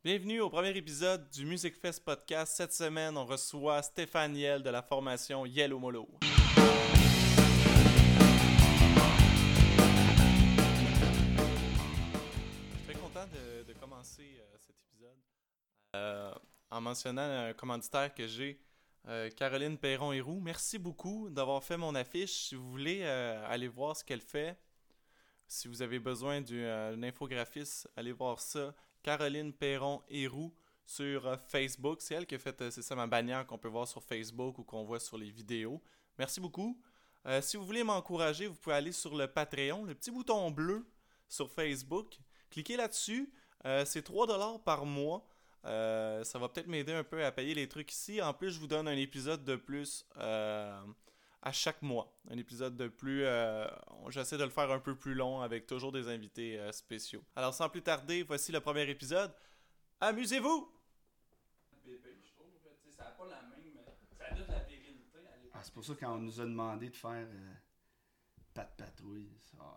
Bienvenue au premier épisode du Music Fest Podcast. Cette semaine, on reçoit Stéphane Yel de la formation Yellow Molo. Je suis très content de commencer cet épisode en mentionnant un commanditaire que j'ai, Caroline Perron-Héroux. Merci beaucoup d'avoir fait mon affiche. Si vous voulez aller voir ce qu'elle fait, si vous avez besoin d'une infographiste, allez voir ça. Caroline Perron-Héroux sur Facebook. C'est elle qui a fait, c'est ça ma bannière qu'on peut voir sur Facebook ou qu'on voit sur les vidéos. Merci beaucoup. Si vous voulez m'encourager, vous pouvez aller sur le Patreon, le petit bouton bleu sur Facebook. Cliquez là-dessus. C'est 3$ par mois. Ça va peut-être m'aider un peu à payer les trucs ici. En plus, je vous donne un épisode de plus à chaque mois. Un épisode de plus... j'essaie de le faire un peu plus long avec toujours des invités spéciaux. Alors, sans plus tarder, voici le premier épisode. Amusez-vous! Bébé, je trouve. Ça n'a pas la même... Ça a de la virilité à l'époque. C'est pour ça qu'on nous a demandé de faire Pat Patrouille.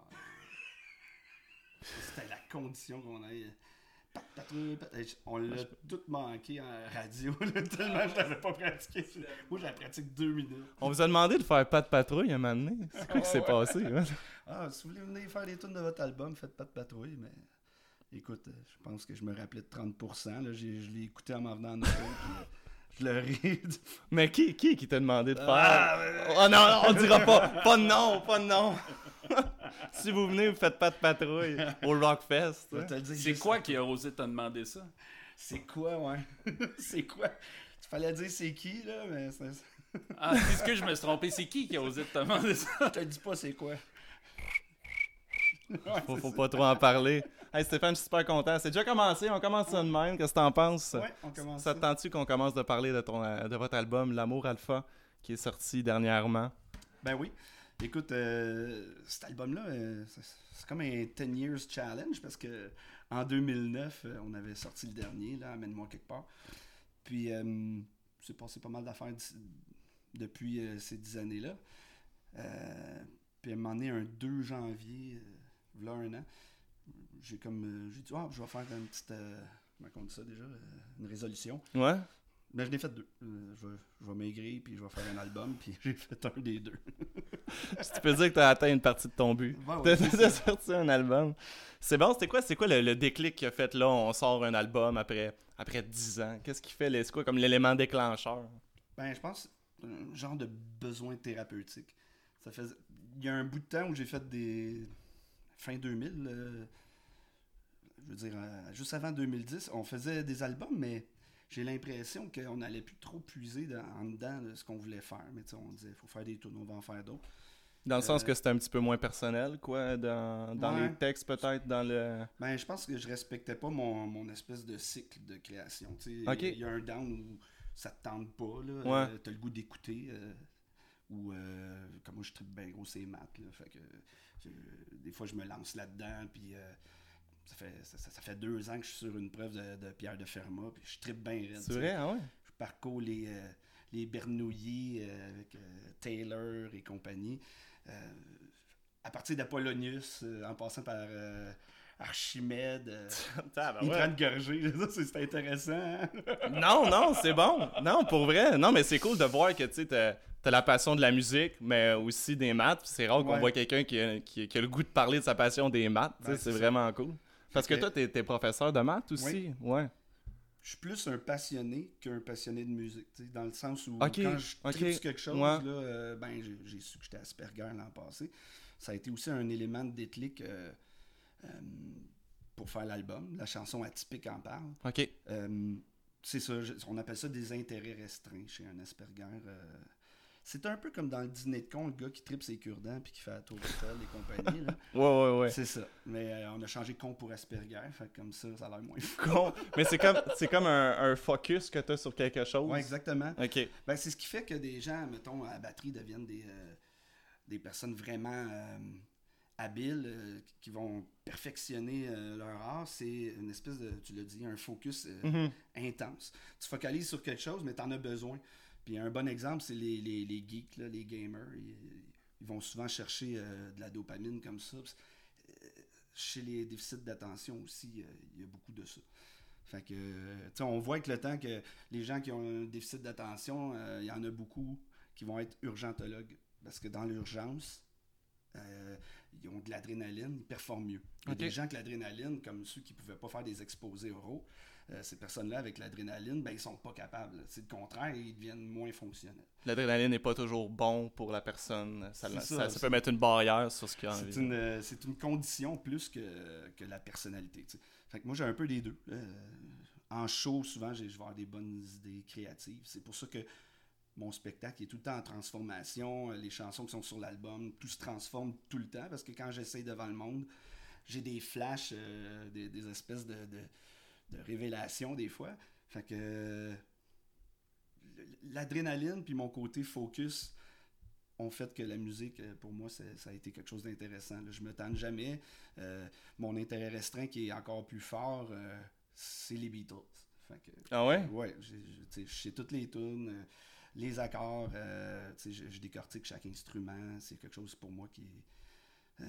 C'était la condition qu'on ait. Pat Patrouille, on l'a tout manqué en radio, tellement je l'avais pas pratiqué. Moi, je la pratique 2 minutes. On vous a demandé de faire Pat Patrouille un moment donné. C'est quoi qui s'est passé? Hein? Si vous voulez venir faire les tunes de votre album, faites Pat Patrouille, mais... Écoute, je pense que je me rappelais de 30%. Là, je l'ai écouté en m'en venant en auto, puis je le ris. Mais qui t'a demandé de faire? Oh non, on dira pas! Pas de nom, pas de nom! Si vous venez, vous faites pas de patrouille au Rockfest. Hein? C'est quoi qui a osé te demander ça? C'est quoi, ouais? C'est quoi? Tu fallait dire c'est qui, là, mais... Est-ce que je me suis trompé? C'est qui a osé te demander ça? Je te dis pas c'est quoi. Ouais, faut pas trop en parler. Hey Stéphane, je suis super content. C'est déjà commencé, on commence ça de même. Qu'est-ce que t'en penses? Ouais, on commence. Ça te tente-tu qu'on commence de parler de votre album L'amour alpha qui est sorti dernièrement? Ben oui. Écoute, cet album-là, c'est comme un 10 years challenge parce que en 2009, on avait sorti le dernier, là, Amène-moi quelque part. Puis, c'est passé pas mal d'affaires depuis ces 10 années-là. Puis, à un moment donné, un 2 janvier, voilà un an, j'ai dit, je vais faire une petite, comment on dit ça déjà, une résolution. Ouais. Ben, je l'ai fait 2. Je vais maigrir, puis je vais faire un album, puis j'ai fait un des 2. Si tu peux dire que t'as atteint une partie de ton but. Ouais, t'as sorti un album. C'est bon, c'est quoi le déclic qui a fait là, on sort un album après 10 ans? Qu'est-ce qui fait, c'est quoi comme l'élément déclencheur? Ben, je pense un genre de besoin thérapeutique. Il y a un bout de temps où j'ai fait des... Fin 2000, je veux dire, juste avant 2010, on faisait des albums, mais j'ai l'impression qu'on n'allait plus trop puiser en dedans de ce qu'on voulait faire. Mais tu sais, on disait, il faut faire des tunes, on va en faire d'autres. Dans le sens que c'était un petit peu moins personnel, quoi, dans les textes peut-être, dans le... Ben, je pense que je respectais pas mon espèce de cycle de création. Tu sais, Okay. Il y a un down où ça te tente pas, là, Ouais. t'as le goût d'écouter... ou comme moi je tripe bien gros c'est maths là, fait que des fois je me lance là-dedans puis ça fait 2 ans que je suis sur une preuve de Pierre de Fermat puis je tripe bien raide. C'est vrai, ah ouais? Je parcours les Bernoulliers avec Taylor et compagnie à partir d'Apollonius en passant par Archimède il prend une gorgée, c'est intéressant, hein? Non, c'est bon. Non, pour vrai. Non, mais c'est cool de voir que tu sais, t'as la passion de la musique, mais aussi des maths. C'est rare qu'on voit quelqu'un qui a le goût de parler de sa passion des maths. C'est vraiment cool. Parce que toi, t'es professeur de maths aussi. Ouais. Je suis plus un passionné qu'un passionné de musique, dans le sens où quand je tripe sur quelque chose, là, j'ai su que j'étais Asperger l'an passé. Ça a été aussi un élément de déclic pour faire l'album. La chanson Atypique en parle. OK. C'est ça, on appelle ça des intérêts restreints chez un Asperger. C'est un peu comme dans le dîner de con, le gars qui tripe ses cure-dents puis qui fait la tour d'hôtel et compagnie. Là. Ouais. C'est ça. Mais on a changé con pour Asperger, fait comme ça a l'air moins fou. Con. Mais c'est comme un focus que t'as sur quelque chose. Ouais, exactement. OK. Ben, c'est ce qui fait que des gens, mettons, à la batterie deviennent des personnes vraiment habiles qui vont perfectionner leur art. C'est une espèce de, tu l'as dit, un focus intense. Tu focalises sur quelque chose, mais t'en as besoin. Puis un bon exemple, c'est les geeks, là, les gamers. Ils vont souvent chercher de la dopamine comme ça. Chez les déficits d'attention aussi, il y a beaucoup de ça. Fait que, tu sais, on voit avec le temps que les gens qui ont un déficit d'attention, il y en a beaucoup qui vont être urgentologues. Parce que dans l'urgence, ils ont de l'adrénaline, ils performent mieux. Il y a des gens que l'adrénaline, comme ceux qui ne pouvaient pas faire des exposés oraux, ces personnes-là, avec l'adrénaline, ben, ils sont pas capables. C'est le contraire, ils deviennent moins fonctionnels. L'adrénaline n'est pas toujours bon pour la personne. Ça peut C'est mettre une barrière sur ce qu'il y a envie. C'est une condition plus que la personnalité. T'sais. Fait que moi, j'ai un peu des deux. En show, souvent, je vais avoir des bonnes idées créatives. C'est pour ça que mon spectacle est tout le temps en transformation. Les chansons qui sont sur l'album, tout se transforme tout le temps. Parce que quand j'essaye devant le monde, j'ai des flashs, des espèces de révélations des fois. Fait que l'adrénaline puis mon côté focus ont fait que la musique, pour moi, ça a été quelque chose d'intéressant. Là. Je me tanne jamais. Mon intérêt restreint qui est encore plus fort, c'est les Beatles. Fait que, ah ouais? Ouais, je sais toutes les tunes, les accords, je décortique chaque instrument. C'est quelque chose pour moi qui est...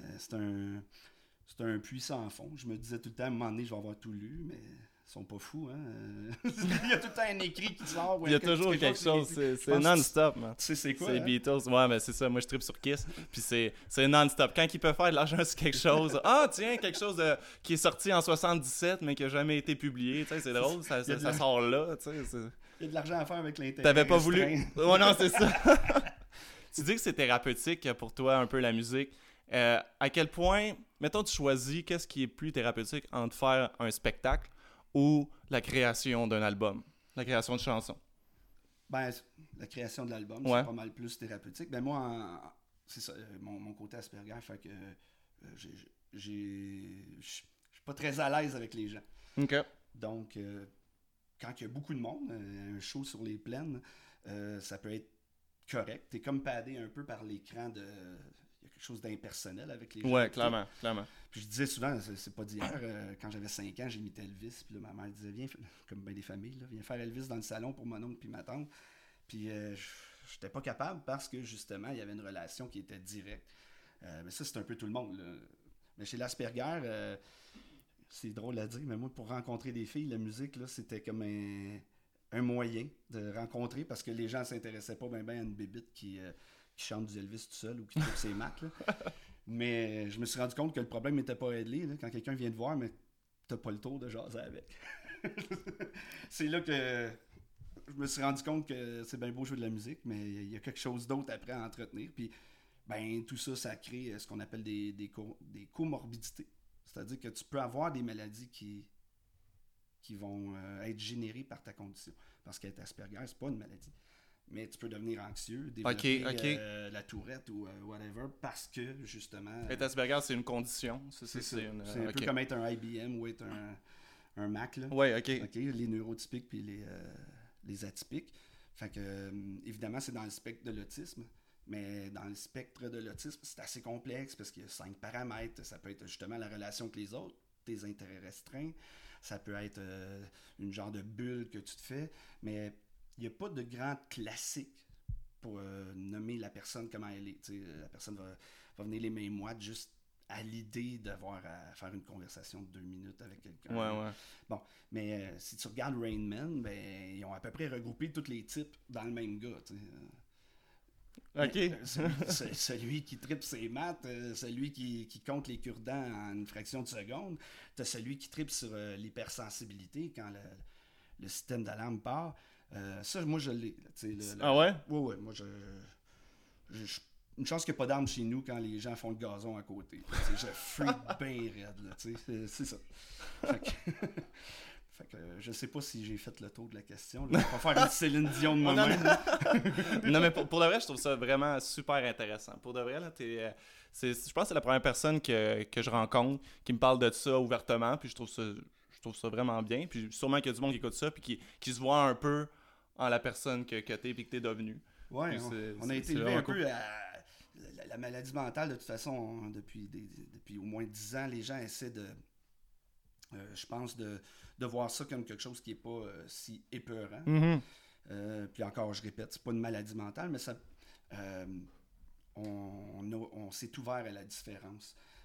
c'est un puits sans fond. Je me disais tout le temps, à un moment donné, je vais avoir tout lu, mais ils sont pas fous, hein. Il y a tout le temps un écrit qui sort. Il y a toujours quelque chose. C'est non-stop, man. Tu sais c'est quoi? C'est les Beatles. Ouais, mais c'est ça. Moi, je trippe sur Kiss. Puis c'est non-stop. Quand ils peuvent faire de l'argent sur quelque chose, tiens, quelque chose qui est sorti en 77, mais qui n'a jamais été publié. Tu sais, c'est drôle. Ça sort là. Tu sais, il y a de l'argent à faire avec l'intérêt. T'avais pas voulu. Ouais, non, c'est ça. Tu dis que c'est thérapeutique pour toi, un peu la musique. À quel point, mettons, tu choisis qu'est-ce qui est plus thérapeutique entre faire un spectacle ou la création d'un album, la création de chansons? Ben, la création de l'album, ouais. C'est pas mal plus thérapeutique. Ben moi, c'est ça, mon côté Asperger fait que je suis pas très à l'aise avec les gens. OK. Donc, quand il y a beaucoup de monde, un show sur les plaines, ça peut être correct. T'es comme padé un peu par l'écran de... Il y a quelque chose d'impersonnel avec les gens. Ouais, clairement. Puis je disais souvent, c'est pas d'hier, quand j'avais 5 ans, j'imitais Elvis, puis là, ma mère disait, viens, comme bien des familles, là, viens faire Elvis dans le salon pour mon oncle puis ma tante. Puis j'étais pas capable parce que, justement, il y avait une relation qui était directe. Mais ça, c'est un peu tout le monde, là. Mais chez l'Asperger, c'est drôle à dire, mais moi, pour rencontrer des filles, la musique, là, c'était comme un moyen de rencontrer, parce que les gens s'intéressaient pas bien à une bébite qui chante du Elvis tout seul ou qui trouve ses macs, là. Mais je me suis rendu compte que le problème n'était pas réglé. Là, quand quelqu'un vient te voir, mais t'as pas le tour de jaser avec. C'est là que je me suis rendu compte que c'est bien beau jouer de la musique, mais il y a quelque chose d'autre après à entretenir. Puis, ben, tout ça, ça crée ce qu'on appelle des comorbidités. C'est-à-dire que tu peux avoir des maladies qui vont être générées par ta condition. Parce qu'être Asperger, c'est pas une maladie. Mais tu peux devenir anxieux, développer la tourette ou whatever, parce que, justement... Être Asperger, c'est une condition. C'est un peu comme être un IBM ou être un Mac, là. Ouais, OK. Les neurotypiques puis les atypiques. Fait que, évidemment, c'est dans le spectre de l'autisme. Mais dans le spectre de l'autisme, c'est assez complexe parce qu'il y a 5 paramètres. Ça peut être justement la relation avec les autres, tes intérêts restreints. Ça peut être une genre de bulle que tu te fais. Mais... il n'y a pas de grand classique pour nommer la personne comment elle est. T'sais, la personne va venir les mains moites juste à l'idée d'avoir à faire une conversation de 2 minutes avec quelqu'un. Ouais. Bon, mais si tu regardes Rain Man, ben, ils ont à peu près regroupé tous les types dans le même gars. OK. Celui qui tripe ses maths, celui qui compte les cure-dents en une fraction de seconde, t'as celui qui tripe sur l'hypersensibilité quand le système d'alarme part. Ça, moi, je l'ai. Ah ouais? Ouais, moi, une chance qu'il n'y a pas d'armes chez nous quand les gens font le gazon à côté. Je freak bien raide, là, c'est ça. Fait que je sais pas si j'ai fait le tour de la question. Là. Je vais faire une Céline Dion de moi-même. Non, mais pour de vrai, je trouve ça vraiment super intéressant. Pour de vrai, là, je pense que c'est la première personne que je rencontre qui me parle de ça ouvertement, puis je trouve ça vraiment bien. Puis sûrement qu'il y a du monde qui écoute ça, puis qui se voit un peu en la personne que t'es et que t'es devenu. Ouais, on a été élevé un peu à la maladie mentale. De toute façon, depuis au moins 10 ans, les gens essaient de, je pense, de voir ça comme quelque chose qui n'est pas si épeurant. Mm-hmm. Puis encore, je répète, c'est pas une maladie mentale, mais ça, on s'est ouvert à la différence.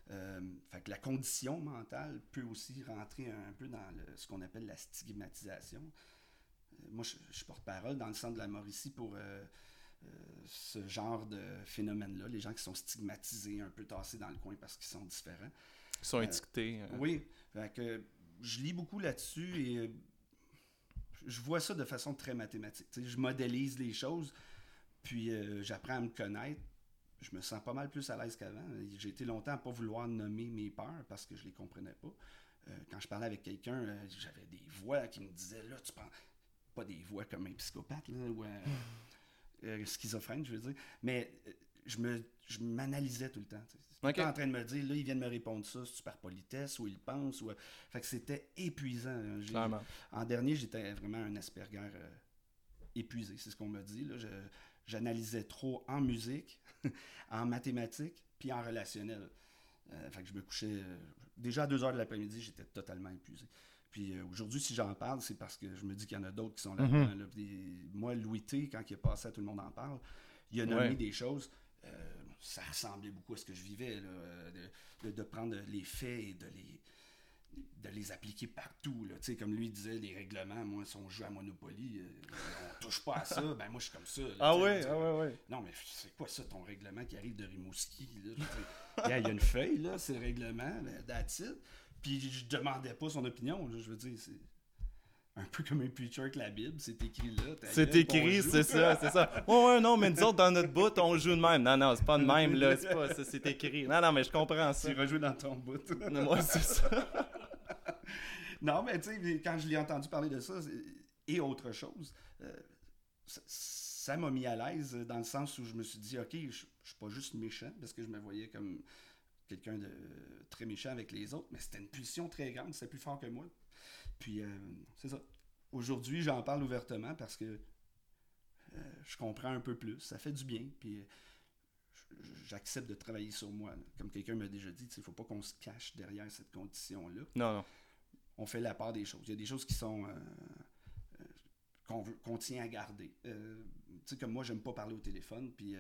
Fait que la condition mentale peut aussi rentrer un peu dans ce qu'on appelle la stigmatisation. Moi, je suis porte-parole dans le centre de la Mauricie pour ce genre de phénomène-là. Les gens qui sont stigmatisés, un peu tassés dans le coin parce qu'ils sont différents. Ils sont étiquetés. Oui. Fait que je lis beaucoup là-dessus et je vois ça de façon très mathématique. T'sais, je modélise les choses, puis j'apprends à me connaître. Je me sens pas mal plus à l'aise qu'avant. J'ai été longtemps à ne pas vouloir nommer mes peurs parce que je les comprenais pas. Quand je parlais avec quelqu'un, j'avais des voix qui me disaient, là, tu penses... Pas des voix comme un psychopathe, là, ou schizophrène, je veux dire. Mais je m'analysais tout le temps. J'étais en train de me dire, là, ils viennent me répondre ça, c'est super politesse, ou ils pensent, ou... Fait que c'était épuisant. En dernier, j'étais vraiment un Asperger épuisé, c'est ce qu'on m'a dit. Là. J'analysais trop en musique, en mathématiques, puis en relationnel. Fait que je me couchais... déjà à 2h de l'après-midi, j'étais totalement épuisé. Puis aujourd'hui, si j'en parle, c'est parce que je me dis qu'il y en a d'autres qui sont là-dedans. Là. Moi, Louis T, quand il est passé à Tout le monde en parle, il a nommé des choses... ça ressemblait beaucoup à ce que je vivais, là, de prendre les faits et de les appliquer partout. Là. Comme lui disait, les règlements, moi, si on joue à Monopoly, on touche pas à ça, ben moi, je suis comme ça. Là, ouais. Non, mais c'est quoi ça, ton règlement qui arrive de Rimouski? Il y a une feuille, là, c'est le règlement, that's it. Puis je demandais pas son opinion, là, je veux dire, c'est... Un peu comme un preacher avec la Bible, c'est écrit là. C'est écrit, c'est ça. Ouais, non, mais nous autres, dans notre bout, on joue de même. Non, c'est pas de même, là, c'est pas ça, c'est écrit. Non, mais je comprends ça. Tu rejoues dans ton bout. Moi, c'est ça. Non, mais tu sais, quand je l'ai entendu parler de ça, et autre chose, ça m'a mis à l'aise dans le sens où je me suis dit, OK, je suis pas juste méchant, parce que je me voyais comme quelqu'un de très méchant avec les autres, mais c'était une pulsion très grande, c'était plus fort que moi. Puis, c'est ça. Aujourd'hui, j'en parle ouvertement parce que je comprends un peu plus. Ça fait du bien. Puis, j'accepte de travailler sur moi. Là. Comme quelqu'un m'a déjà dit, il ne faut pas qu'on se cache derrière cette condition-là. Non. On fait la part des choses. Il y a des choses qui sont... qu'on tient à garder. Tu sais, comme moi, j'aime pas parler au téléphone. Puis,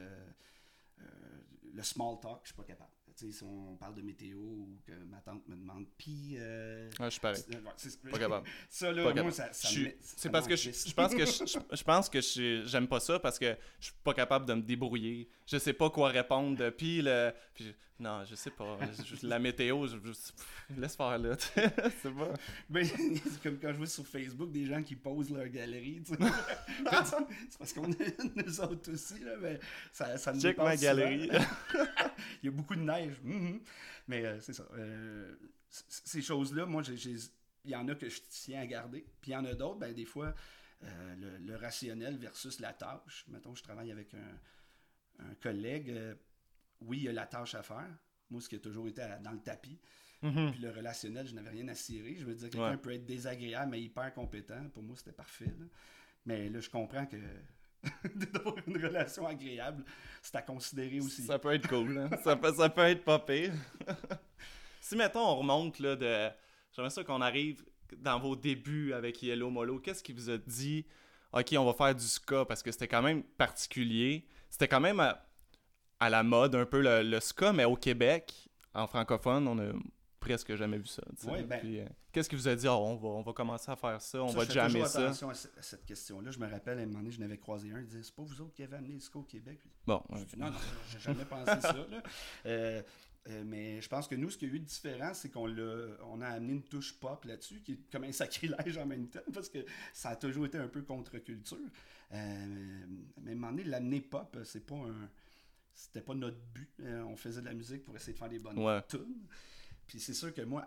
le small talk, je suis pas capable. Tu sais, si on parle de météo ou que ma tante me demande, puis... je suis pareil. Pas capable. Ça, là, pas moi, capable. ça c'est parce que je pense que j'aime pas ça parce que je suis pas capable de me débrouiller. Je sais pas quoi répondre. Puis non, je sais pas. La météo, laisse faire là. C'est pas... Ben, c'est comme quand je vois sur Facebook des gens qui posent leur galerie. Tu sais. C'est parce qu'on est nous autres aussi, là, mais ça nous check ma galerie. Il y a beaucoup de neige. Mais c'est ça. Ces choses-là, moi, il y en a que je tiens à garder. Puis il y en a d'autres, ben, des fois, le rationnel versus la tâche. Mettons, je travaille avec un collègue. Oui, il y a la tâche à faire. Moi, ce qui a toujours été dans le tapis. Puis le relationnel, je n'avais rien à cirer. Je veux dire, quelqu'un peut être désagréable, mais hyper compétent. Pour moi, c'était parfait. Là. Mais là, je comprends que d'avoir une relation agréable, c'est à considérer aussi. Ça peut être cool. Hein? ça peut être pas pire. Si, mettons, on remonte là, j'aimerais ça qu'on arrive dans vos débuts avec Yellow Molo. Qu'est-ce qui vous a dit « OK, on va faire du ska » parce que c'était quand même particulier. C'était quand même à la mode un peu le ska, mais au Québec, en francophone, on a presque jamais vu ça. Ouais, ben, puis, qu'est-ce qui vous a dit on va commencer à faire ça, on va jammer ça? Attention à cette question-là. Je me rappelle, à un moment donné, je n'avais croisé un, il disait « C'est pas vous autres qui avez amené le ska au Québec? » Bon. Je dis, non, j'ai jamais pensé ça. Là. Mais je pense que nous, ce qu'il y a eu de différent, c'est qu'on a amené une touche pop là-dessus, qui est comme un sacrilège en même temps, parce que ça a toujours été un peu contre-culture. Mais à un moment donné, l'amener pop, c'était pas notre but. On faisait de la musique pour essayer de faire des bonnes tunes. Puis c'est sûr que moi,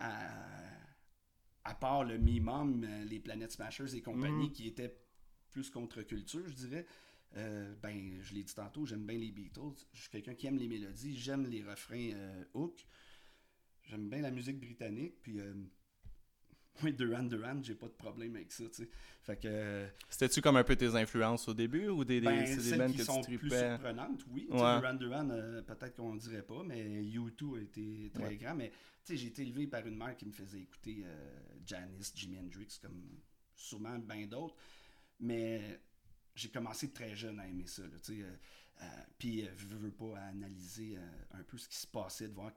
à part le Mimum, les Planet Smashers et compagnie, qui étaient plus contre-culture, je dirais, ben, je l'ai dit tantôt, j'aime bien les Beatles. Je suis quelqu'un qui aime les mélodies, j'aime les refrains hook. J'aime bien la musique britannique, puis oui, Duran, j'ai pas de problème avec ça, tu sais. Fait que... C'était-tu comme un peu tes influences au début, ou c'est des bands que sont tu plus tripais? surprenantes, oui. Ouais. Duran, peut-être qu'on dirait pas, mais U2 a été très grand, mais tu sais, j'ai été élevé par une mère qui me faisait écouter Janis, Jimi Hendrix, comme sûrement bien d'autres, mais j'ai commencé très jeune à aimer ça, tu sais. Puis je veux pas analyser un peu ce qui se passait, de voir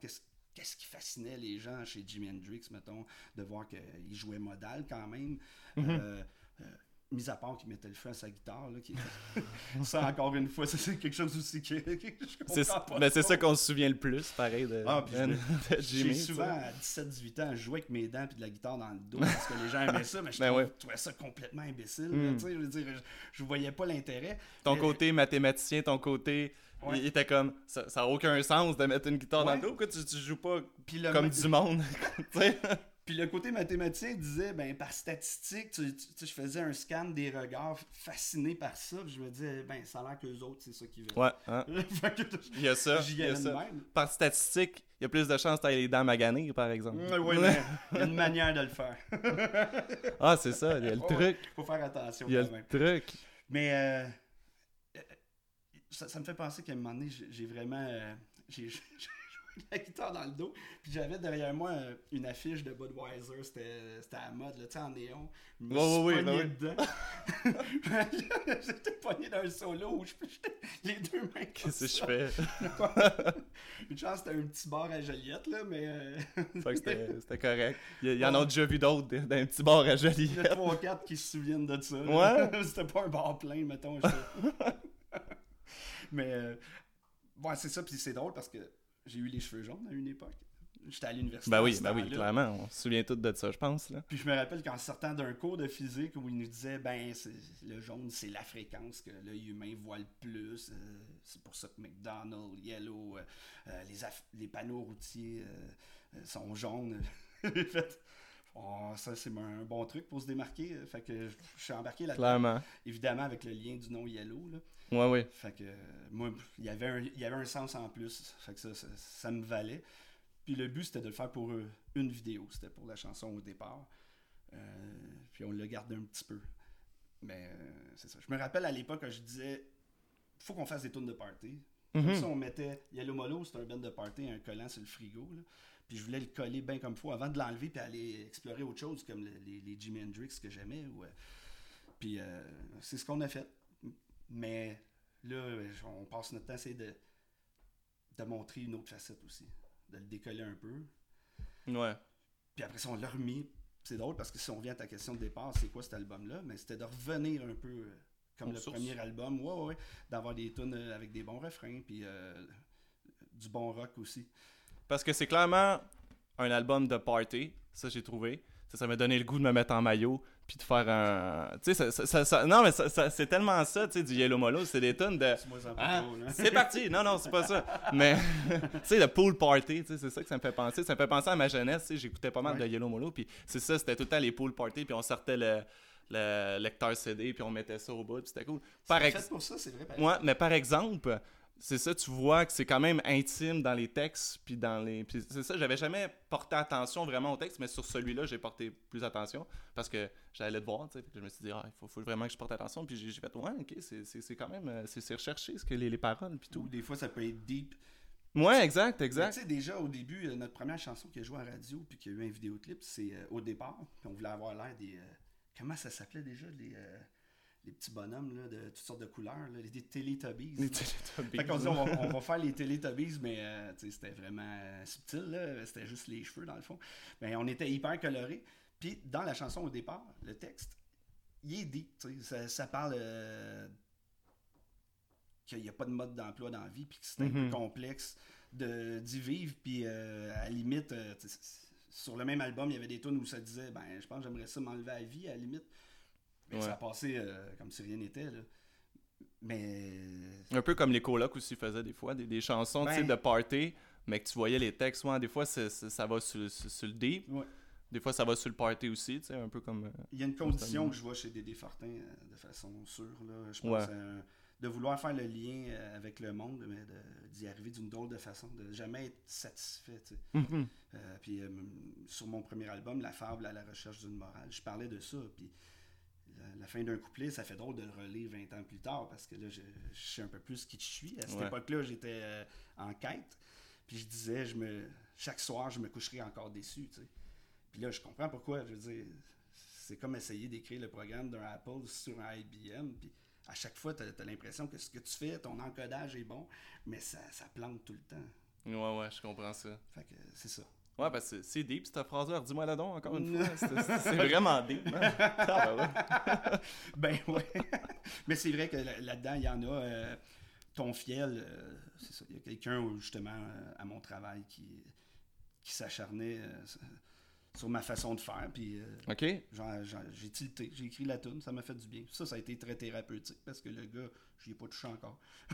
qu'est-ce qui fascinait les gens chez Jimi Hendrix, mettons, de voir qu'il jouait modal quand même. Mis à part qu'il mettait le feu à sa guitare, là, ça, encore une fois, c'est quelque chose aussi que je comprends pas. Mais c'est ça qu'on se souvient le plus, pareil, de Jimmy. J'ai souvent, à 17-18 ans, joué avec mes dents et de la guitare dans le dos parce que les gens aimaient ça, mais je trouvais ça complètement imbécile. Là, je veux dire, je voyais pas l'intérêt. Ton côté mathématicien, ton côté... Il était comme, ça n'a aucun sens de mettre une guitare dans le dos, pourquoi tu joues pas comme du monde? Puis le côté mathématicien disait, ben par statistique, je faisais un scan des regards fascinés par ça, puis je me disais, ben ça a l'air qu'eux autres, c'est ça qu'ils veulent. Ouais, hein? Il y a ça. Par statistique, il y a plus de chances d'avoir les dents maganées, par exemple. Oui, mais il y a une manière de le faire. Ah, c'est ça, il y a le truc. Faut faire attention. Il y a le truc. Mais ça me fait penser qu'à un moment donné, j'ai vraiment... j'ai la guitare dans le dos, puis j'avais derrière moi une affiche de Budweiser, c'était à la mode, là, tu sais, en néon. Je me suis pogné dedans. J'étais pogné dans un solo où j'étais les deux mains comme Qu'est-ce que ça. je fais? Une chance, c'était un petit bar à Joliette, là, mais... Fait que c'était correct. Il y en a déjà vu d'autres d'un petit bar à Joliette. Il y a 3-4 qui se souviennent de ça. Ouais? C'était pas un bar plein, mettons. Mais, ouais, c'est ça, puis c'est drôle parce que j'ai eu les cheveux jaunes à une époque. J'étais à l'université. Ben oui, clairement. On se souvient tous de ça, je pense. Là. Puis je me rappelle qu'en sortant d'un cours de physique où il nous disait, ben, le jaune, c'est la fréquence que l'œil humain voit le plus. C'est pour ça que McDonald's, Yellow, les panneaux routiers sont jaunes. Ça, c'est un bon truc pour se démarquer. Fait que je suis embarqué là-dedans. Clairement. Évidemment, avec le lien du nom Yellow, là. Ouais. Fait que moi, il y avait un sens en plus. Fait que ça me valait. Puis le but, c'était de le faire pour une vidéo. C'était pour la chanson au départ. Puis on l'a gardé un petit peu. Mais c'est ça. Je me rappelle à l'époque quand je disais, faut qu'on fasse des tunes de party. Comme ça, on mettait Yellow Molo, c'était un band de party, un collant sur le frigo. Là. Puis je voulais le coller bien comme il faut avant de l'enlever puis aller explorer autre chose comme les Jimi Hendrix que j'aimais. Puis c'est ce qu'on a fait. Mais là, on passe notre temps à essayer de montrer une autre facette aussi. De le décoller un peu. Ouais. Puis après ça, on l'a remis. C'est drôle parce que si on revient à ta question de départ, c'est quoi cet album-là? Mais c'était de revenir un peu comme le premier album. Ouais. D'avoir des tunes avec des bons refrains. Puis du bon rock aussi. Parce que c'est clairement un album de party. Ça, j'ai trouvé. Ça m'a donné le goût de me mettre en maillot puis de faire un... Tu sais, non, mais c'est tellement ça, tu sais, du Yellow Molo. C'est des tonnes de... C'est parti! Non, c'est pas ça. Mais, tu sais, le pool party, tu sais, c'est ça que ça me fait penser. Ça me fait penser à ma jeunesse, tu sais, j'écoutais pas mal de Yellow Molo. Puis c'est ça, c'était tout le temps les pool party. Puis on sortait le lecteur CD puis on mettait ça au bout. Puis c'était cool. C'est fait pour ça, c'est vrai. Ouais, mais par exemple... C'est ça, tu vois que c'est quand même intime dans les textes, puis puis c'est ça, j'avais jamais porté attention vraiment au texte, mais sur celui-là, j'ai porté plus attention, parce que j'allais le voir, tu sais, je me suis dit, il faut vraiment que je porte attention, puis j'ai fait, ouais, ok, c'est quand même, c'est recherché, ce que les paroles, puis tout. Ou des fois, ça peut être deep. Ouais, exact. Tu sais, déjà, au début, notre première chanson qui a joué à la radio, puis qui a eu un vidéoclip, c'est Au départ, puis on voulait avoir l'air des... comment ça s'appelait déjà, les petits bonhommes là, de toutes sortes de couleurs, là, les Teletubbies. Les Teletubbies. Fait qu'on dit, on va faire les Teletubbies, mais c'était vraiment subtil, là, c'était juste les cheveux dans le fond. Mais on était hyper colorés. Puis dans la chanson au départ, le texte, il est deep. Ça parle qu'il n'y a pas de mode d'emploi dans la vie, puis que c'est un peu complexe d'y vivre. Puis à la limite, sur le même album, il y avait des tunes où ça disait, je pense que j'aimerais ça m'enlever à la vie, à la limite. Mais ça a passé comme si rien n'était, là. Mais... Un peu comme les colocs aussi faisaient des fois, des chansons de party, mais que tu voyais les textes, des fois ça va sur le deep, des fois ça va sur le party aussi, un peu comme... Il y a une condition que je vois chez Dédé Fortin de façon sûre, là. Je pense de vouloir faire le lien avec le monde, mais d'y arriver d'une drôle de façon, de jamais être satisfait, tu sais. Puis sur mon premier album, La fable à la recherche d'une morale, je parlais de ça, puis... La fin d'un couplet, ça fait drôle de le relire 20 ans plus tard parce que là, je sais un peu plus qui je suis. À cette époque-là, j'étais en quête. Puis je disais, chaque soir, je me coucherai encore déçu. Tu sais. Puis là, je comprends pourquoi. Je veux dire, c'est comme essayer d'écrire le programme d'un Apple sur un IBM. Puis à chaque fois, tu as l'impression que ce que tu fais, ton encodage est bon, mais ça plante tout le temps. Ouais, je comprends ça. Fait que c'est ça. Ouais, parce que c'est deep cette phrase-là. Dis-moi là donc, encore une fois. C'est vraiment deep. Hein? Ben ouais. Mais c'est vrai que là-dedans, il y en a. Ton fiel, c'est ça. Il y a quelqu'un, justement, à mon travail qui s'acharnait sur ma façon de faire. Puis OK. j'ai tilté, j'ai écrit la tune, ça m'a fait du bien. Ça a été très thérapeutique parce que le gars, je n'y ai pas touché encore.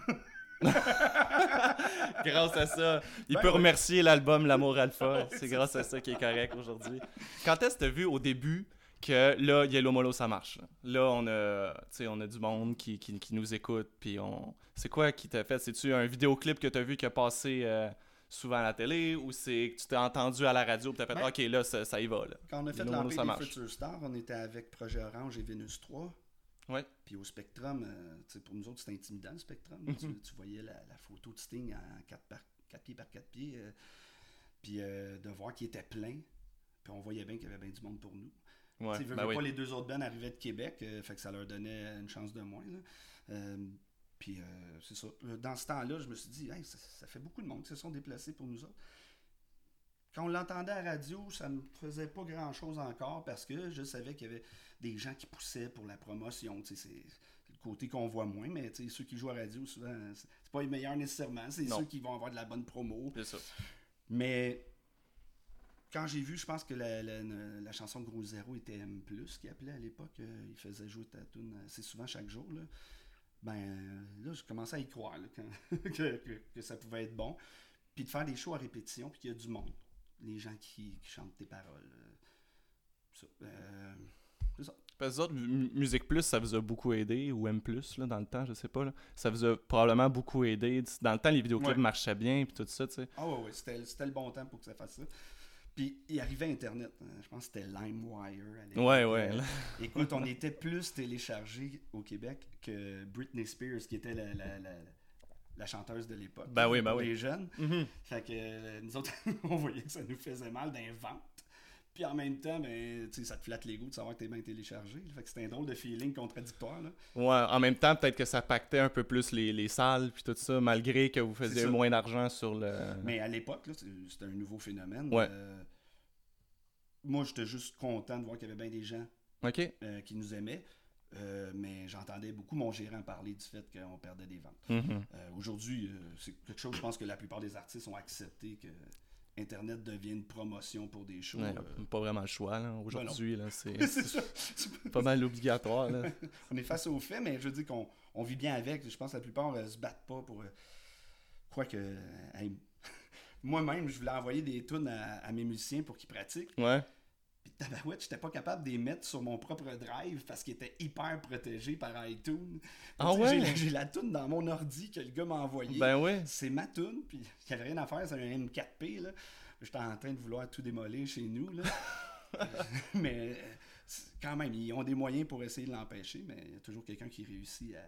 Grâce à ça, il Ben peut ouais. remercier l'album L'amour Alpha. C'est grâce à ça qu'il est correct aujourd'hui. Quand est-ce que tu as vu au début que là, Yellow Molo, ça marche? Là, on a du monde qui nous écoute. Puis c'est quoi qui t'a fait? C'est-tu un vidéoclip que tu as vu qui a passé souvent à la télé ou c'est que tu t'es entendu à la radio et tu as fait Ben, OK, là, ça y va. Là. Quand on a fait Yellow Molo, l'Empire ça des marche. Future Stars, on était avec Projet Orange et Vénus 3. Ouais. Puis au Spectrum, pour nous autres, c'était intimidant le Spectrum. Tu voyais la photo de Sting en 4 pieds par 4 pieds. Puis de voir qu'il était plein. Puis on voyait bien qu'il y avait bien du monde pour nous. Ouais. Pas les deux autres bands arrivaient de Québec, fait que ça leur donnait une chance de moins. Là. Puis c'est ça. Dans ce temps-là, je me suis dit, hey, ça fait beaucoup de monde qui se sont déplacés pour nous autres. Quand on l'entendait à la radio, ça ne me faisait pas grand-chose encore parce que je savais qu'il y avait des gens qui poussaient pour la promotion. C'est le côté qu'on voit moins, mais ceux qui jouent à la radio, souvent, c'est pas les meilleurs nécessairement. C'est ceux qui vont avoir de la bonne promo. C'est ça. Mais quand j'ai vu, je pense que la chanson Gros Zéro était M+, qui appelait à l'époque. Il faisait jouer ta tune assez souvent chaque jour. Là. Là, je commençais à y croire là, que ça pouvait être bon. Puis de faire des shows à répétition, puis qu'il y a du monde. Les gens qui chantent tes paroles. C'est ça. Parce que autres, Musique Plus, ça vous a beaucoup aidé, ou M+, là, dans le temps, je sais pas. Là. Ça vous a probablement beaucoup aidé. Dans le temps, les vidéoclips marchaient bien, puis tout ça, tu sais. Ah ouais, c'était le bon temps pour que ça fasse ça. Puis il arrivait Internet. Je pense que c'était LimeWire à l'époque. Ouais. Écoute, on était plus téléchargés au Québec que Britney Spears, qui était la chanteuse de l'époque. Ben oui. Les jeunes. Mm-hmm. Fait que nous autres, on voyait que ça nous faisait mal d'un vente. Puis en même temps, ça te flatte l'ego de savoir que t'es bien téléchargé. Fait que c'était un drôle de feeling contradictoire. Là. Ouais, en même temps, peut-être que ça pactait un peu plus les salles puis tout ça, malgré que vous faisiez moins d'argent sur le... Mais à l'époque, là, c'était un nouveau phénomène. Ouais. Moi, j'étais juste content de voir qu'il y avait bien des gens OK. qui nous aimaient. Mais j'entendais beaucoup mon gérant parler du fait qu'on perdait des ventes. Mm-hmm. Aujourd'hui, c'est quelque chose, je pense que la plupart des artistes ont accepté que Internet devient une promotion pour des shows. Ouais, pas vraiment le choix, là. Aujourd'hui, là, c'est ça. pas mal obligatoire, là. On est face aux faits, mais je veux dire qu'on vit bien avec. Je pense que la plupart se battent pas pour... Quoique... moi-même, je voulais envoyer des tunes à mes musiciens pour qu'ils pratiquent. Ouais. Puis tabarouette, j'étais pas capable de les mettre sur mon propre drive parce qu'ils étaient hyper protégés par iTunes. Ah ouais? J'ai la tune dans mon ordi que le gars m'a envoyé. Ben ouais. C'est ma tune, puis il n'y avait rien à faire, c'est un M4P. Là. J'étais en train de vouloir tout démolir chez nous. Là. Mais quand même, ils ont des moyens pour essayer de l'empêcher, mais il y a toujours quelqu'un qui réussit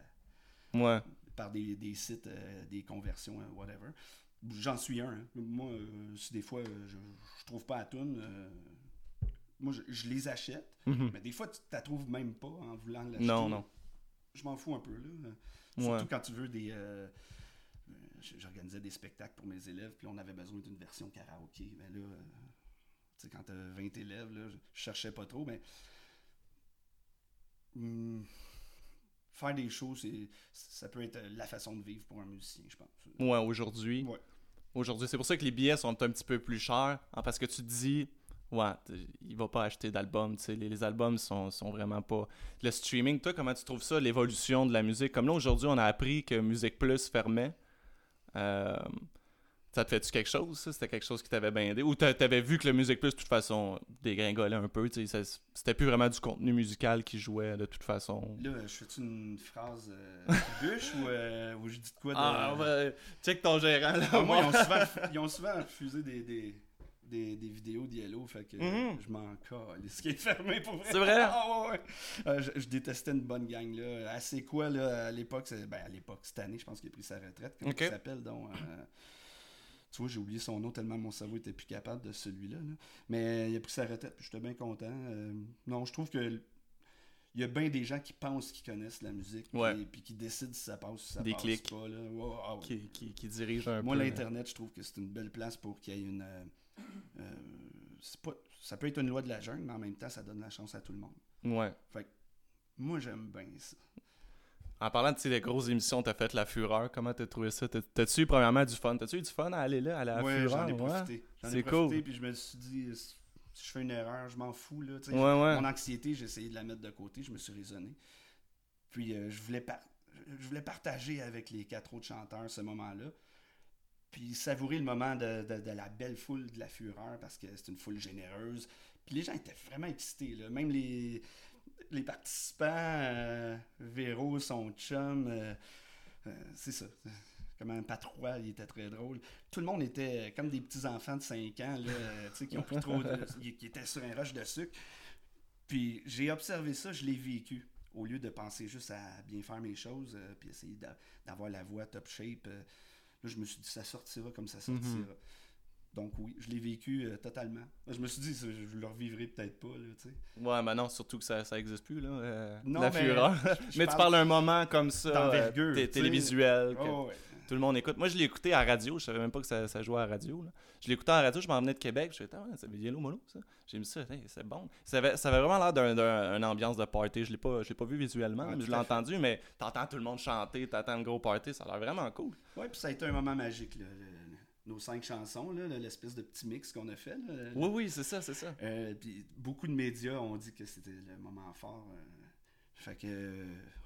par des sites, des conversions, whatever. J'en suis un. Hein. Moi, si des fois je trouve pas la tune, moi je les achète, mais des fois tu la trouves même pas en voulant l'acheter. Non. Je m'en fous un peu là. Surtout quand tu veux des. J'organisais des spectacles pour mes élèves, puis on avait besoin d'une version karaoké. Mais là, tu sais, quand t'as 20 élèves, là, je cherchais pas trop, mais. Faire des shows, ça peut être la façon de vivre pour un musicien, je pense. Ouais, aujourd'hui. Ouais. Aujourd'hui, c'est pour ça que les billets sont un petit peu plus chers, hein, parce que tu te dis, il va pas acheter d'albums, tu sais, les albums sont vraiment pas... Le streaming, toi, comment tu trouves ça, l'évolution de la musique? Comme là, aujourd'hui, on a appris que Musique Plus fermait. Ça te fait-tu quelque chose, ça? C'était quelque chose qui t'avait bien aidé? Ou t'avais vu que le Musique Plus, de toute façon, dégringolait un peu, tu sais, c'était plus vraiment du contenu musical qui jouait, de toute façon. Là, je fais-tu une phrase qui bûche ou je dis de quoi de... Ah, ouais, check ton gérant, là. Moi, ils ont souvent refusé des vidéos d'Yellow, fait que je m'en colle. Ce qui est fermé pour vrai. C'est vrai? Ah ouais. Je détestais une bonne gang, là. Assez quoi, là, à l'époque, cette année, je pense qu'il a pris sa retraite. Comment il s'appelle, donc... tu vois, j'ai oublié son nom tellement mon cerveau était plus capable de celui-là. Là. Mais il a pris sa retraite, puis j'étais bien content. Non, je trouve que il il y a bien des gens qui pensent qu'ils connaissent la musique, puis qui décident si ça passe ou si ça des passe clics. pas. Là. Wow, Qui dirigent un Moi, peu. l'Internet, je trouve que c'est une belle place pour qu'il y ait une... ça peut être une loi de la jungle, mais en même temps, ça donne la chance à tout le monde. Ouais. Fait que moi, j'aime bien ça. En parlant de des grosses émissions, t'as fait La Fureur. Comment t'as trouvé ça? T'as-tu eu premièrement du fun? T'as-tu eu du fun à aller là, à La Fureur? J'en ai profité. C'est cool. Puis je me suis dit, si je fais une erreur, je m'en fous. Là, ouais. Mon anxiété, j'ai essayé de la mettre de côté. Je me suis raisonné. Puis je voulais partager avec les 4 autres chanteurs ce moment-là. Puis savourer le moment de la belle foule de La Fureur parce que c'est une foule généreuse. Puis les gens étaient vraiment excités. Là. Même les participants, Véro, son chum, c'est ça. Comme un patrois, il était très drôle. Tout le monde était comme des petits-enfants de 5 ans là, qui ont pris qui étaient sur un rush de sucre. Puis j'ai observé ça, je l'ai vécu. Au lieu de penser juste à bien faire mes choses, puis essayer d'avoir la voix top shape, là, je me suis dit, ça sortira comme ça sortira. Donc oui, je l'ai vécu totalement. Je me suis dit, je le revivrai peut-être pas, là, tu sais. Ouais, mais non, surtout que ça existe plus, là, non, La Fureur. Mais tu parles d'un moment comme ça, d'envergure, télévisuel, ouais. Tout le monde écoute. Moi, je l'ai écouté à la radio. Je savais même pas que ça jouait à la radio. Là. Je l'ai écouté à la radio. Je m'en venais de Québec. Je me suis dit, c'est Yellow Mono, ça. J'ai mis ça. Hey, c'est bon. Ça avait vraiment l'air d'une ambiance de party. Je l'ai pas vu visuellement, mais je l'ai entendu. Mais t'entends tout le monde chanter. T'entends le gros party. Ça a l'air vraiment cool. Ouais, puis ça a été un moment magique, là. Nos 5 chansons, là, l'espèce de petit mix qu'on a fait. Là, oui, c'est ça. Puis beaucoup de médias ont dit que c'était le moment fort. Fait que...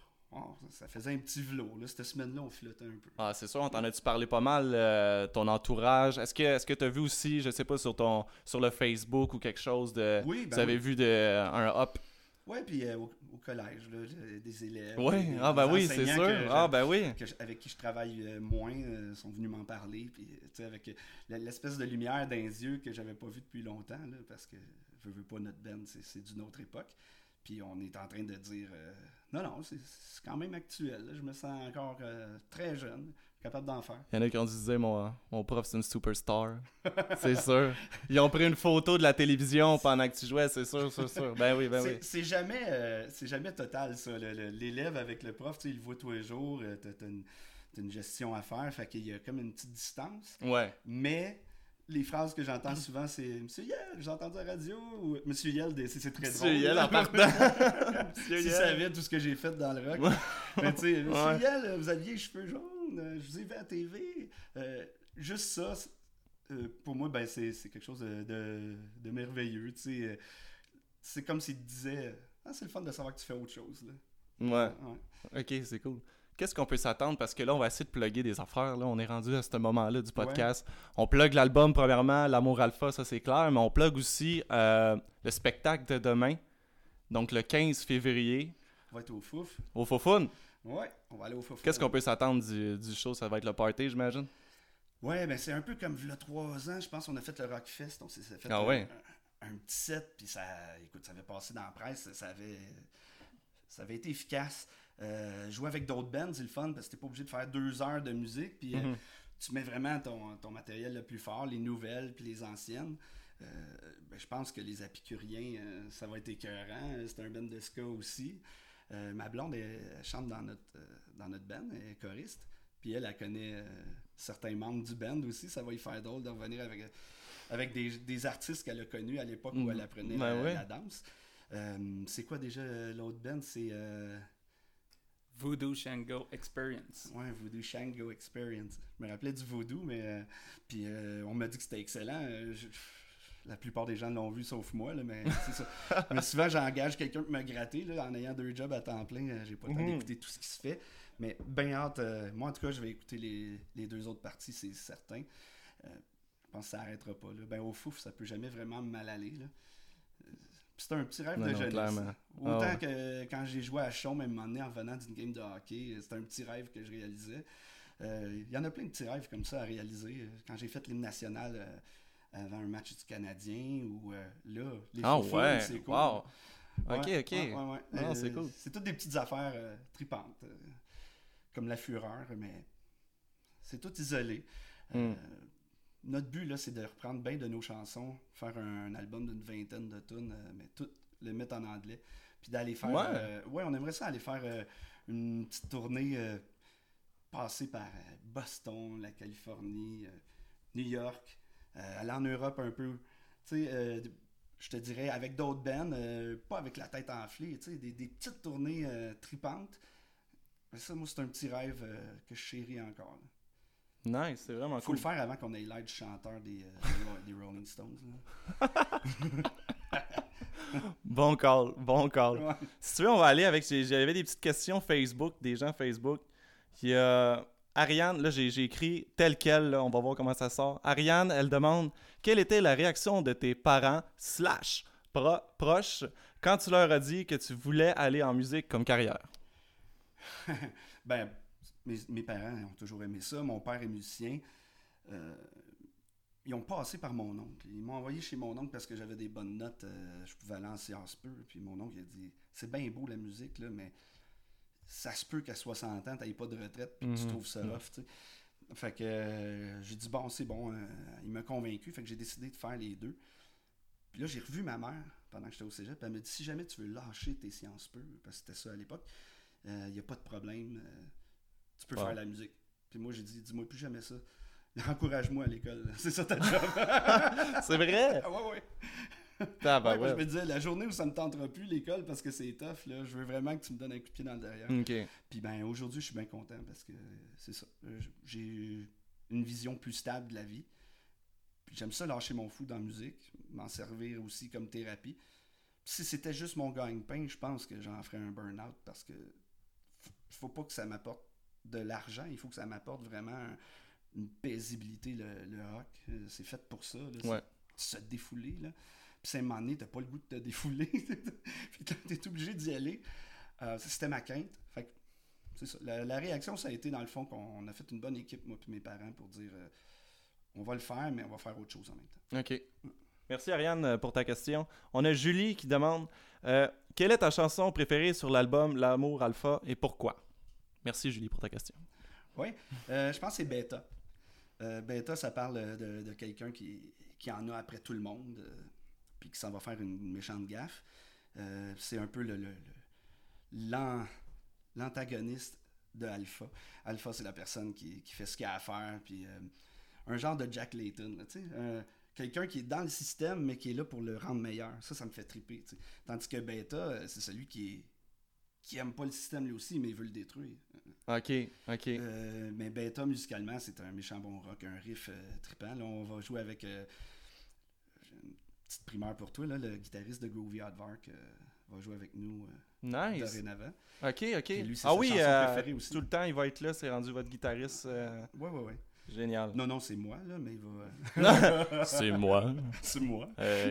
ça faisait un petit velours. Là. Cette semaine-là, on flottait un peu. Ah, c'est sûr, on t'en a-tu parlé pas mal, ton entourage. Est-ce que tu as vu aussi, je sais pas, sur le Facebook ou quelque chose de... Oui, vous avez vu un up? Oui, puis au collège, là, des élèves. Oui, oui, c'est sûr. Avec qui je travaille moins, sont venus m'en parler. Puis, avec l'espèce de lumière dans les yeux que j'avais pas vue depuis longtemps, là, parce que je veux pas notre band, c'est d'une autre époque. Puis on est en train de dire non, c'est quand même actuel. Là. Je me sens encore très jeune, capable d'en faire. Il y en a qui ont dit mon prof c'est une superstar. C'est sûr. Ils ont pris une photo de la télévision pendant que tu jouais, c'est sûr. Ben oui. C'est jamais total ça. L'élève avec le prof, il le voit tous les jours, t'as une gestion à faire, fait qu'il y a comme une petite distance. Ouais. Mais les phrases que j'entends souvent, c'est « Monsieur Yel, j'ai entendu à la radio » ou « Monsieur Yel, c'est très drôle. » Monsieur Yel en partant. Si savait tout ce que j'ai fait dans le rock. Mais tu sais, « Monsieur Yel, vous aviez les cheveux jaunes, je vous ai vu à la TV. » Juste ça, pour moi, ben, c'est quelque chose de merveilleux. Tu sais. C'est comme s'il te disait « c'est le fun de savoir que tu fais autre chose. » Ouais. Ok, c'est cool. Qu'est-ce qu'on peut s'attendre? Parce que là, on va essayer de plugger des affaires. Là. On est rendu à ce moment-là du podcast. Ouais. On plug l'album, premièrement, L'Amour Alpha, ça c'est clair. Mais on plug aussi le spectacle de demain. Donc le 15 février. On va être au Fouf. Au Foufoune? Ouais, on va aller au Foufoune. Qu'est-ce qu'on peut s'attendre du show? Ça va être le party, j'imagine? Ouais, ben c'est un peu comme il y a 3 ans, je pense, on a fait le Rockfest. On s'est fait un petit set. Puis ça avait passé dans la presse. Ça avait été efficace. Jouer avec d'autres bands, c'est le fun parce que t'es pas obligé de faire 2 heures de musique puis tu mets vraiment ton matériel le plus fort, les nouvelles puis les anciennes. Je pense que les Apicuriens, ça va être écœurant. C'est un band de ska aussi. Ma blonde, elle chante dans notre band, elle est choriste. Puis elle connaît certains membres du band aussi. Ça va y faire drôle de revenir avec des artistes qu'elle a connus à l'époque où elle apprenait la danse. C'est quoi déjà l'autre band? C'est... Voodoo Shango Experience. Ouais, Voodoo Shango Experience. Je me rappelais du Voodoo, mais... puis on m'a dit que c'était excellent. La plupart des gens l'ont vu, sauf moi, là, mais c'est ça. Mais souvent, j'engage quelqu'un pour me gratter, là, en ayant 2 jobs à temps plein. J'ai pas le temps d'écouter tout ce qui se fait. Mais ben hâte. Moi, en tout cas, je vais écouter les 2 autres parties, c'est certain. Je pense que ça n'arrêtera pas. Là. Ben, au Fouf, ça peut jamais vraiment mal aller, là. C'était un petit rêve de jeunesse. Clairement. Autant que quand j'ai joué à Chaume, à un moment donné, en revenant d'une game de hockey, c'était un petit rêve que je réalisais. Il y en a plein de petits rêves comme ça à réaliser. Quand j'ai fait l'hymne national avant un match du Canadien, ou là, les Foufounes, c'est cool. Wow. Ouais, ok. Ouais. Non, c'est cool. C'est toutes des petites affaires tripantes, comme la fureur, mais c'est tout isolé. Notre but, là, c'est de reprendre bien de nos chansons, faire un album d'une 20aine de tunes, mais tout le mettre en anglais, Puis d'aller faire... on aimerait ça aller faire une petite tournée, passer par Boston, la Californie, New York, aller en Europe un peu. Tu sais, je te dirais, avec d'autres bands, pas avec la tête enflée, tu sais, des petites tournées tripantes. Ça, moi, c'est un petit rêve que je chéris encore. Là. Nice, c'est vraiment Faut cool. le faire avant qu'on ait l'air du chanteur des Rolling Stones. Bon call. Ouais. Si tu veux, on va aller avec... J'avais des petites questions Facebook, des gens Facebook. Il y a Ariane, là j'ai écrit tel quel, là, on va voir comment ça sort. Ariane, elle demande quelle était la réaction de tes parents / proches quand tu leur as dit que tu voulais aller en musique comme carrière? Ben, mes parents ont toujours aimé ça. Mon père est musicien. Ils ont passé par mon oncle. Ils m'ont envoyé chez mon oncle parce que j'avais des bonnes notes. Je pouvais aller en sciences peu. Puis mon oncle il a dit c'est bien beau la musique, là, mais ça se peut qu'à 60 ans, tu n'aies pas de retraite puis que tu trouves ça rough. T'sais. Fait que j'ai dit bon, c'est bon. Il m'a convaincu. Fait que j'ai décidé de faire les deux. Puis là, j'ai revu ma mère pendant que j'étais au cégep. Elle m'a dit si jamais tu veux lâcher tes sciences peu, parce que c'était ça à l'époque, il n'y a pas de problème. Tu peux faire la musique. Puis moi, j'ai dit dis-moi plus jamais ça. Encourage-moi à l'école. C'est ça ta job. C'est vrai? Ah ouais. Moi, je me disais, la journée où ça me tentera plus l'école parce que c'est tough, là, je veux vraiment que tu me donnes un coup de pied dans le derrière. OK. Puis ben aujourd'hui, je suis bien content parce que c'est ça. J'ai une vision plus stable de la vie. Puis j'aime ça lâcher mon fou dans la musique, m'en servir aussi comme thérapie. Puis si c'était juste mon gagne-pain, je pense que j'en ferais un burn-out parce que faut pas que ça m'apporte de l'argent, il faut que ça m'apporte vraiment une paisibilité, le rock. C'est fait pour ça. Là, se défouler. Là. Puis à un moment donné, t'as pas le goût de te défouler. Puis t'es obligé d'y aller. C'était ma crainte. Fait que, c'est ça. La réaction, ça a été dans le fond qu'on a fait une bonne équipe, moi et mes parents, pour dire on va le faire, mais on va faire autre chose en même temps. OK. Merci Ariane pour ta question. On a Julie qui demande quelle est ta chanson préférée sur l'album L'amour Alpha et pourquoi? Merci Julie pour ta question. Oui, je pense que c'est Beta. Beta, ça parle de quelqu'un qui en a après tout le monde, puis qui s'en va faire une méchante gaffe. C'est un peu l'antagoniste de Alpha. Alpha, c'est la personne qui fait ce qu'il a à faire, puis un genre de Jack Layton, tu sais, quelqu'un qui est dans le système, mais qui est là pour le rendre meilleur. Ça me fait triper, tu sais. Tandis que Beta, c'est celui qui aime pas le système lui aussi, mais il veut le détruire. OK. Mais Beta, musicalement, c'est un méchant bon rock, un riff trippant. Là, on va jouer avec... j'ai une petite primeur pour toi, là, le guitariste de Groovy Aardvark va jouer avec nous dorénavant. OK. Lui, c'est sa chanson préférée aussi. Tout le temps, il va être là, c'est rendu votre guitariste. Ouais. Génial. Non, c'est moi, là, mais il va... C'est moi. C'est moi.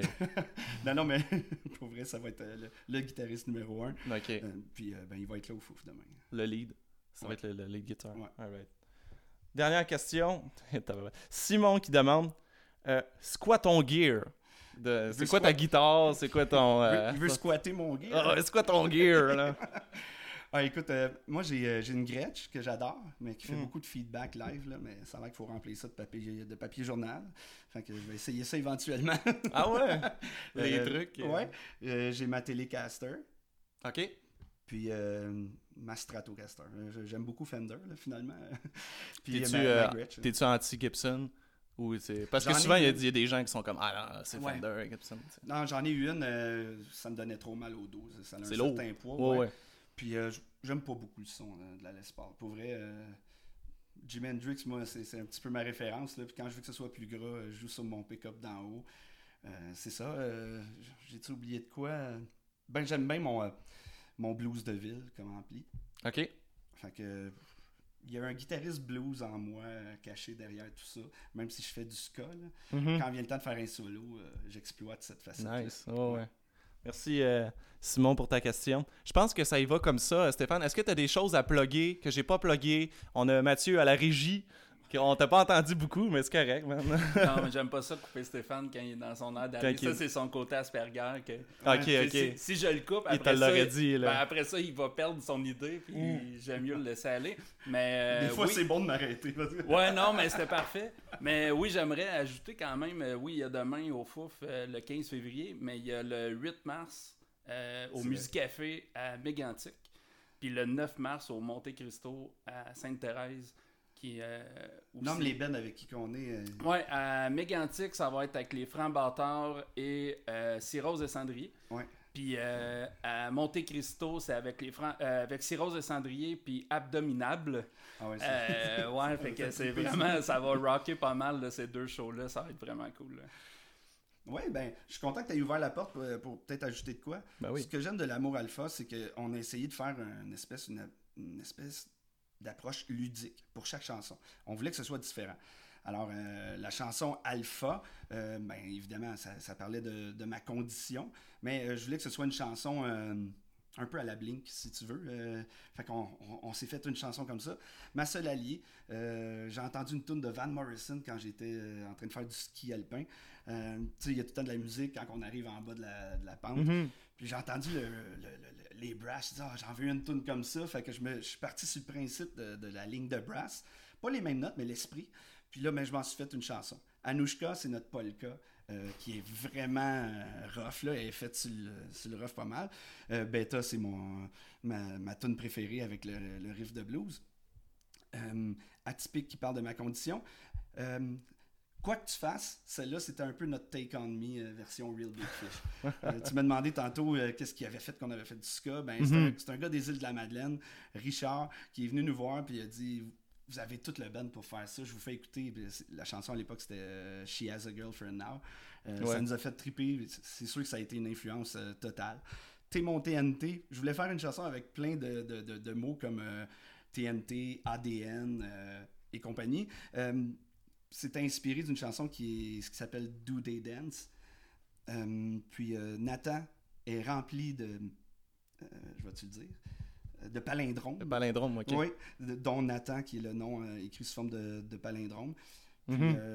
Non, mais pour vrai, ça va être le guitariste numéro 1. OK. Puis il va être là au Fouf demain. Le lead. Ça va être le lead guitar. Ouais. All right. Dernière question. Simon qui demande c'est quoi ton gear? C'est quoi ta guitare? C'est quoi ton... Il veut squatter mon gear. C'est quoi ton gear, là? Écoute, moi j'ai une Gretsch que j'adore, mais qui fait beaucoup de feedback live, là, mais ça a l'air qu'il faut remplir ça de papier journal. Fait que je vais essayer ça éventuellement. Ah ouais? Les trucs. Ouais. J'ai ma Telecaster. OK. Puis ma Stratocaster. J'aime beaucoup Fender, là, finalement. Puis T'es-tu anti-Gibson? Ou parce que souvent, il y a des gens qui sont comme « Ah non, c'est Fender, Gibson. » Non, j'en ai eu une, ça me donnait trop mal au dos. Ça a un lourd. certain poids. Ouais. Puis j'aime pas beaucoup le son de la Les Paul. Pour vrai, Jimi Hendrix, moi, c'est un petit peu ma référence. Là. Puis quand je veux que ce soit plus gras, je joue sur mon pick-up d'en haut. C'est ça. J'ai-tu oublié de quoi? J'aime bien mon blues de ville comme ampli. OK. Fait que... Il y a un guitariste blues en moi caché derrière tout ça, même si je fais du ska. Là. Quand vient le temps de faire un solo, j'exploite cette facette. Nice. Ouais. Merci Simon pour ta question. Je pense que ça y va comme ça. Stéphane, est-ce que tu as des choses à plugger que j'ai pas pluguées? On a Mathieu à la régie. On t'a pas entendu beaucoup, mais c'est correct, man. Non, mais j'aime pas ça couper Stéphane quand il est dans son air d'aller. Ça, c'est son côté Asperger. OK. Si je le coupe, il te l'aurait dit, là. Après ça, il va perdre son idée, puis j'aime mieux le laisser aller. Mais, des fois, c'est bon de m'arrêter. Ouais, non, mais c'était parfait. Mais oui, j'aimerais ajouter quand même, il y a demain au Fouf le 15 février, mais il y a le 8 mars au Musicafé à Mégantic. Puis le 9 mars au Monte Cristo à Sainte-Thérèse. Nomme les bands avec qui qu'on est. Ouais, à Mégantic, ça va être avec les Francs Bâtards et Cirrhose et Cendrier. Ouais. Puis à Monte Cristo, c'est avec avec Cirrhose et Cendrier puis Abdominable. Ah ouais, ouais, fait que c'est vraiment, ça va rocker pas mal là, ces deux shows-là, ça va être vraiment cool. Là. Oui, ben, je suis content que tu aies ouvert la porte pour peut-être ajouter de quoi. Ben oui. Ce que j'aime de l'Amour Alpha, c'est qu'on a essayé de faire une espèce d'approche ludique pour chaque chanson. On voulait que ce soit différent. Alors, la chanson Alpha, ben, évidemment, ça parlait de ma condition, mais je voulais que ce soit une chanson un peu à la Blink, si tu veux. Fait qu'on s'est fait une chanson comme ça. Ma seule alliée, j'ai entendu une tune de Van Morrison quand j'étais en train de faire du ski alpin. Tu sais, il y a tout le temps de la musique quand on arrive en bas de la pente. Mm-hmm. Puis j'ai entendu les brass. Je dis, j'en veux une tune comme ça. Fait que je suis parti sur le principe de la ligne de brass. Pas les mêmes notes, mais l'esprit. Puis là, ben, je m'en suis fait une chanson. Anushka, c'est notre polka. Qui est vraiment rough, là. Elle est faite sur le rough pas mal. Beta, c'est ma tune préférée avec le riff de blues. Atypique qui parle de ma condition. Quoi que tu fasses, celle-là, c'était un peu notre Take On Me version Real Big Fish. Tu m'as demandé tantôt qu'est-ce qu'il avait fait qu'on avait fait du ska. Ben, c'est un gars des îles de la Madeleine, Richard, qui est venu nous voir puis il a dit... Vous avez toute le band pour faire ça. Je vous fais écouter. La chanson à l'époque, c'était She Has a Girlfriend Now. Ça nous a fait triper. C'est sûr que ça a été une influence totale. Mon TNT. Je voulais faire une chanson avec plein de mots comme TNT, ADN et compagnie. C'est inspiré d'une chanson qui s'appelle Do They Dance. Puis Nathan est rempli de... je vais-tu le dire? De palindrome. De palindrome, ok. Oui, dont Nathan, qui est le nom écrit sous forme de palindrome. Puis,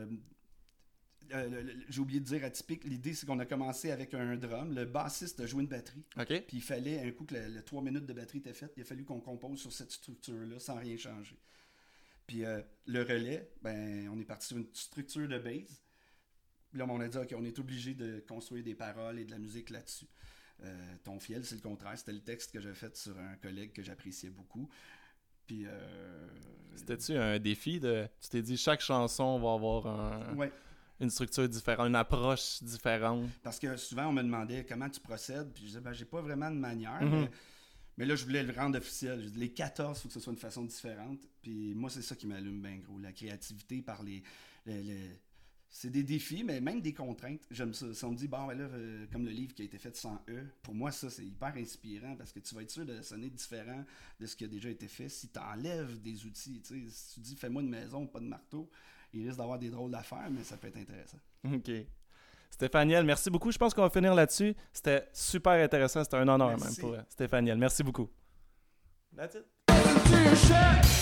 j'ai oublié de dire atypique, l'idée c'est qu'on a commencé avec un drum, le bassiste a joué une batterie. Ok. Puis il fallait, un coup que le 3 minutes de batterie était faite, il a fallu qu'on compose sur cette structure-là sans rien changer. Puis le relais, ben on est parti sur une structure de base. Puis là, on a dit, ok, on est obligé de construire des paroles et de la musique là-dessus. Ton fiel, c'est le contraire. C'était le texte que j'avais fait sur un collègue que j'appréciais beaucoup. Puis... C'était-tu un défi de... Tu t'es dit, chaque chanson va avoir une structure différente, une approche différente? Parce que souvent, on me demandait comment tu procèdes. Puis je disais, j'ai pas vraiment de manière. Mais là, je voulais le rendre officiel. Je dis, les 14, il faut que ce soit une façon différente. Puis moi, c'est ça qui m'allume bien gros. La créativité par c'est des défis, mais même des contraintes. J'aime ça. Si on me dit, bon, ben là, comme le livre qui a été fait sans E, pour moi, ça, c'est hyper inspirant parce que tu vas être sûr de sonner différent de ce qui a déjà été fait. Si tu enlèves des outils, tu sais, si tu dis, fais-moi une maison, pas de marteau, il risque d'avoir des drôles d'affaires, mais ça peut être intéressant. OK. Stéphaniel, merci beaucoup. Je pense qu'on va finir là-dessus. C'était super intéressant. C'était un honneur même pour Stéphaniel. Merci beaucoup. That's it.